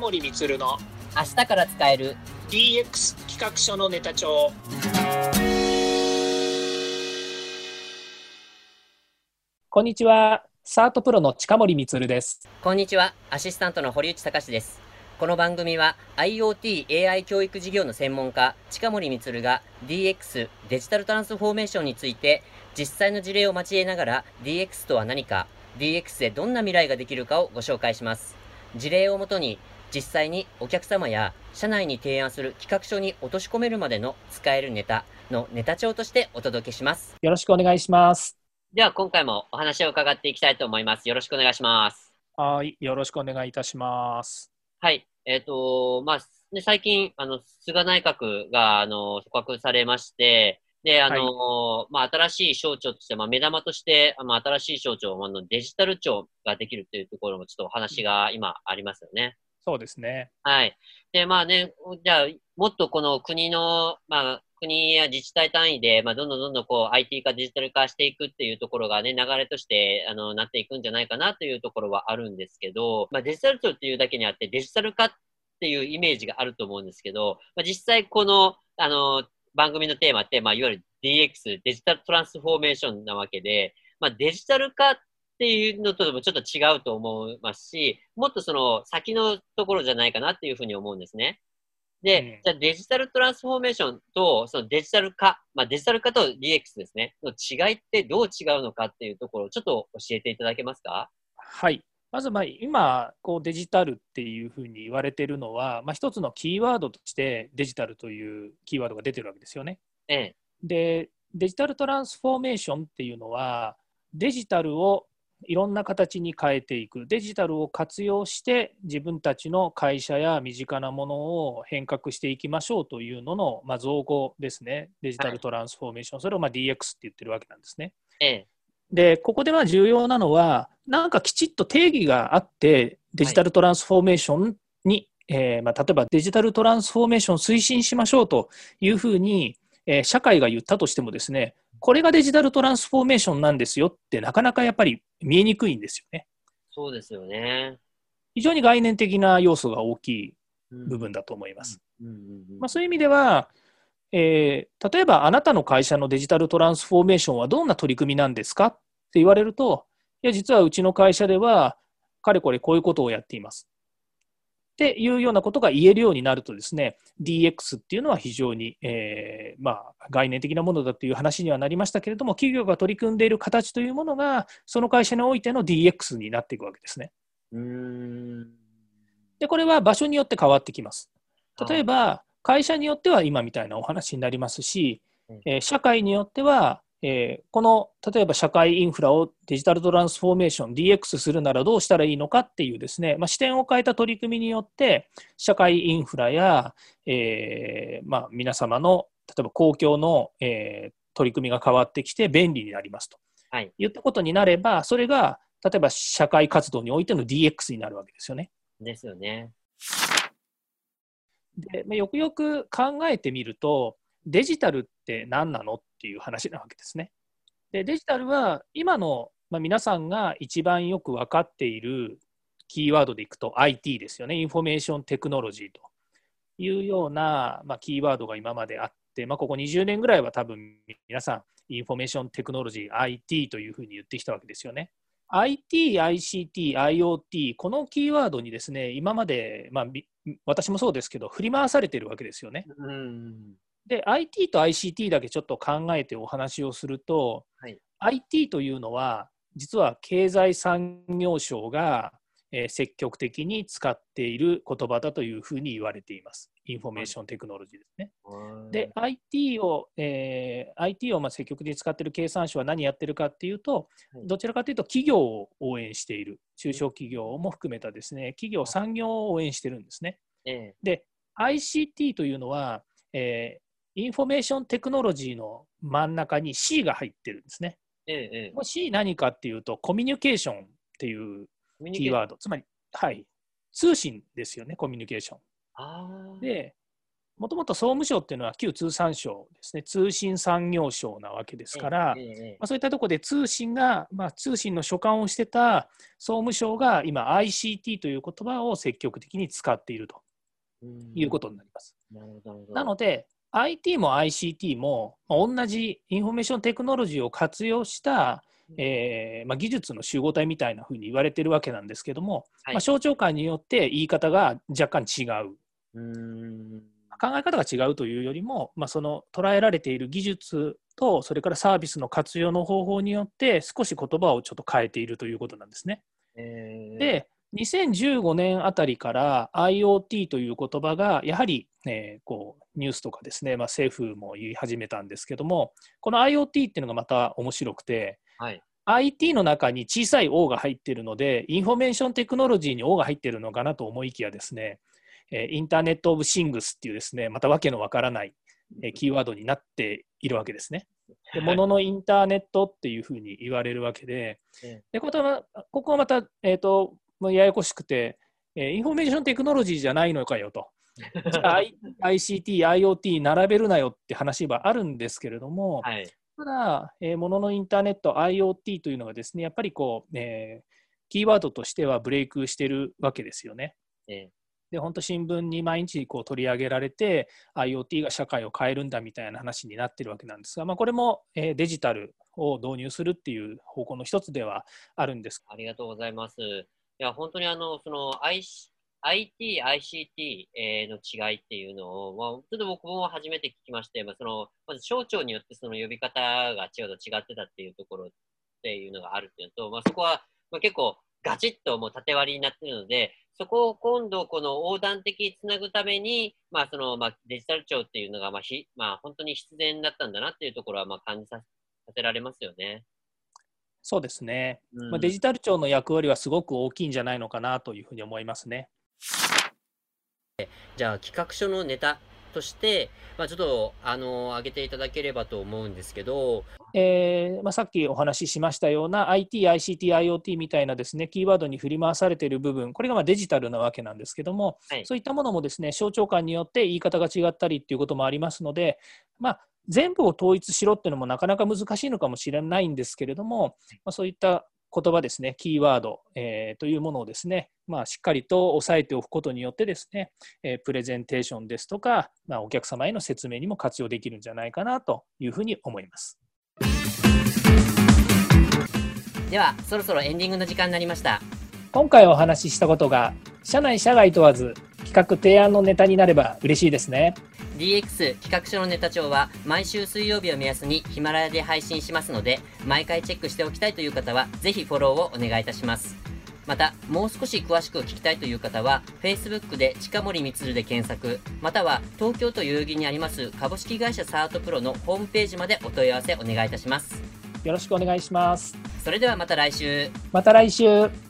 森充の明日から使える DX 企画書のネタ帳。こんにちは、サートプロの近森充です。 こんにちは、アシスタントの堀内隆です。この番組は IoT、AI 教育事業の専門家、近森充が DX、デジタルトランスフォーメーションについて実際の事例を交えながら DX とは何か、DX でどんな未来ができるかをご紹介します。事例をもとに実際にお客様や社内に提案する企画書に落とし込めるまでの使えるネタのネタ帳としてお届けします。 よろしくお願いします。 では今回もお話を伺っていきたいと思います。よろしくお願いします。 はい、よろしくお願いいたします。 はい。最近、菅内閣が、組閣されまして、で、 はい、 新しい省庁として、目玉として、新しい省庁、デジタル庁ができるというところも、ちょっとお話が今ありますよね。 そうですね。 はい。で、じゃあ、もっとこの国の、国や自治体単位で、どんどんこう IT 化、デジタル化していくっていうところがね、流れとして、なっていくんじゃないかなというところはあるんですけど、デジタル庁っていうだけにあって、デジタル化っていうイメージがあると思うんですけど、実際この、番組のテーマって、いわゆる DX、デジタルトランスフォーメーションなわけで、デジタル化っていうのともちょっと違うと思いますし、もっとその先のところじゃないかなっていうふうに思うんですね。で、じゃあデジタルトランスフォーメーションとそのデジタル化、デジタル化と DX ですね、の違いってどう違うのかっていうところをちょっと教えていただけますか？ はい。まず今デジタルっていうふうに言われているのは、一つのキーワードとしてデジタルというキーワードが出てるわけですよね。 ええ。 で、デジタルトランスフォーメーションっていうのは、デジタルをいろんな形に変えていく、デジタルを活用して自分たちの会社や身近なものを変革していきましょうというのの、造語ですね。デジタルトランスフォーメーション、それをDX って言ってるわけなんですね。 ええ。 で、ここで重要なのは、なんかきちっと定義があって、デジタルトランスフォーメーションに、例えばデジタルトランスフォーメーションを推進しましょうというふうに、社会が言ったとしてもですね、これがデジタルトランスフォーメーションなんですよってなかなかやっぱり見えにくいんですよね。 そうですよね。 非常に概念的な要素が大きい部分だと思います。そういう意味では、例えばあなたの会社のデジタルトランスフォーメーションはどんな取り組みなんですかって言われると、いや、実はうちの会社では、かれこれこういうことをやっています。っていうようなことが言えるようになるとですね、DX っていうのは非常に、概念的なものだという話にはなりましたけれども、企業が取り組んでいる形というものが、その会社においての DX になっていくわけですね。で、これは場所によって変わってきます。例えば、会社によっては今みたいなお話になりますし、社会によっては、この例えば社会インフラをデジタルトランスフォーメーション DX するならどうしたらいいのかっていうですね、視点を変えた取り組みによって社会インフラや、皆様の例えば公共の、取り組みが変わってきて便利になりますと、いったことになれば、それが例えば社会活動においての DX になるわけですよね。 ですよね。 で、よくよく考えてみると、デジタルって何なのっていう話なわけですね。で、デジタルは今の、皆さんが一番よく分かっているキーワードでいくと IT ですよね。インフォメーションテクノロジーというような、キーワードが今まであって、ここ20年ぐらいは多分皆さんインフォメーションテクノロジー IT というふうに言ってきたわけですよね。IT、ICT、IoT、このキーワードにですね、今まで、私もそうですけど、振り回されているわけですよね。で、IT と ICT だけちょっと考えてお話をすると、IT というのは、実は経済産業省が積極的に使っている言葉だというふうに言われています。インフォメーションテクノロジーですね。で、IT を積極的に使っている経産省は何やってるかっていうと、どちらかというと企業を応援している、中小企業も含めたですね、企業、産業を応援してるんですね。で、ICT というのは、インフォメーションテクノロジーの真ん中に C が入ってるんですね。C 何かっていうと、コミュニケーションっていうキーワード、つまり、通信ですよね、コミュニケーション。で、 もともと総務省っていうのは旧通産省ですね、通信産業省なわけですから、そういったところで通信が、通信の所管をしてた総務省が今 ICT という言葉を積極的に使っているということになります。なので IT も ICT も同じインフォメーションテクノロジーを活用した技術の集合体みたいなふうに言われているわけなんですけども、省庁間によって言い方が若干違う。考え方が違うというよりも、その捉えられている技術とそれからサービスの活用の方法によって少し言葉をちょっと変えているということなんですね。で、2015年あたりから IoT という言葉がやはり、こうニュースとかですね、政府も言い始めたんですけども、この IoT っていうのがまた面白くて、IT の中に小さい O が入っているので、インフォメーションテクノロジーに O が入っているのかなと思いきやですね、インターネット・オブ・シングスっていうですね、またわけのわからないキーワードになっているわけですね。で、もののインターネットっていうふうに言われるわけで、ここはまた、ややこしくて、インフォメーションテクノロジーじゃないのかよと。ICT、IoT 並べるなよって話はあるんですけれども、ただ、もののインターネット、IoT というのがですね、やっぱりこう、キーワードとしてはブレイクしてるわけですよね。で、本当新聞に毎日こう取り上げられて IoT が社会を変えるんだみたいな話になってるわけなんですが、これもデジタルを導入するっていう方向の一つではあるんです。 ありがとうございます。いや、本当にその IT、ICT の違いっていうのを、ちょっと僕も初めて聞きまして、まず省庁によってその呼び方が違ってたっていうところっていうのがあるっていうのと、そこは結構ガチッともう縦割りになってるので、そこを今度この横断的につなぐために、デジタル庁っていうのが本当に必然だったんだなっていうところは感じさせられますよね。 そうですね。デジタル庁の役割はすごく大きいんじゃないのかなというふうに思いますね。 じゃあ企画書のネタとして、ちょっと挙げていただければと思うんですけど、 さっきお話ししましたような IT、ICT、IoT みたいなですね、キーワードに振り回されている部分、これがデジタルなわけなんですけども、そういったものもですね、省庁間によって言い方が違ったりっていうこともありますので、全部を統一しろっていうのもなかなか難しいのかもしれないんですけれども、そういった言葉ですね、キーワード、というものをですね、しっかりと押さえておくことによってですね、プレゼンテーションですとか、お客様への説明にも活用できるんじゃないかなというふうに思います。 ではそろそろエンディングの時間になりました。 今回お話ししたことが社内社外問わず企画提案のネタになれば嬉しいですね。 DX 企画書のネタ帳は毎週水曜日を目安にヒマラヤで配信しますので、毎回チェックしておきたいという方はぜひフォローをお願いいたします。またもう少し詳しく聞きたいという方は Facebook で近森光で検索、または東京都代々木にあります株式会社サートプロのホームページまでお問い合わせお願いいたします。 よろしくお願いします。 それではまた来週。 また来週。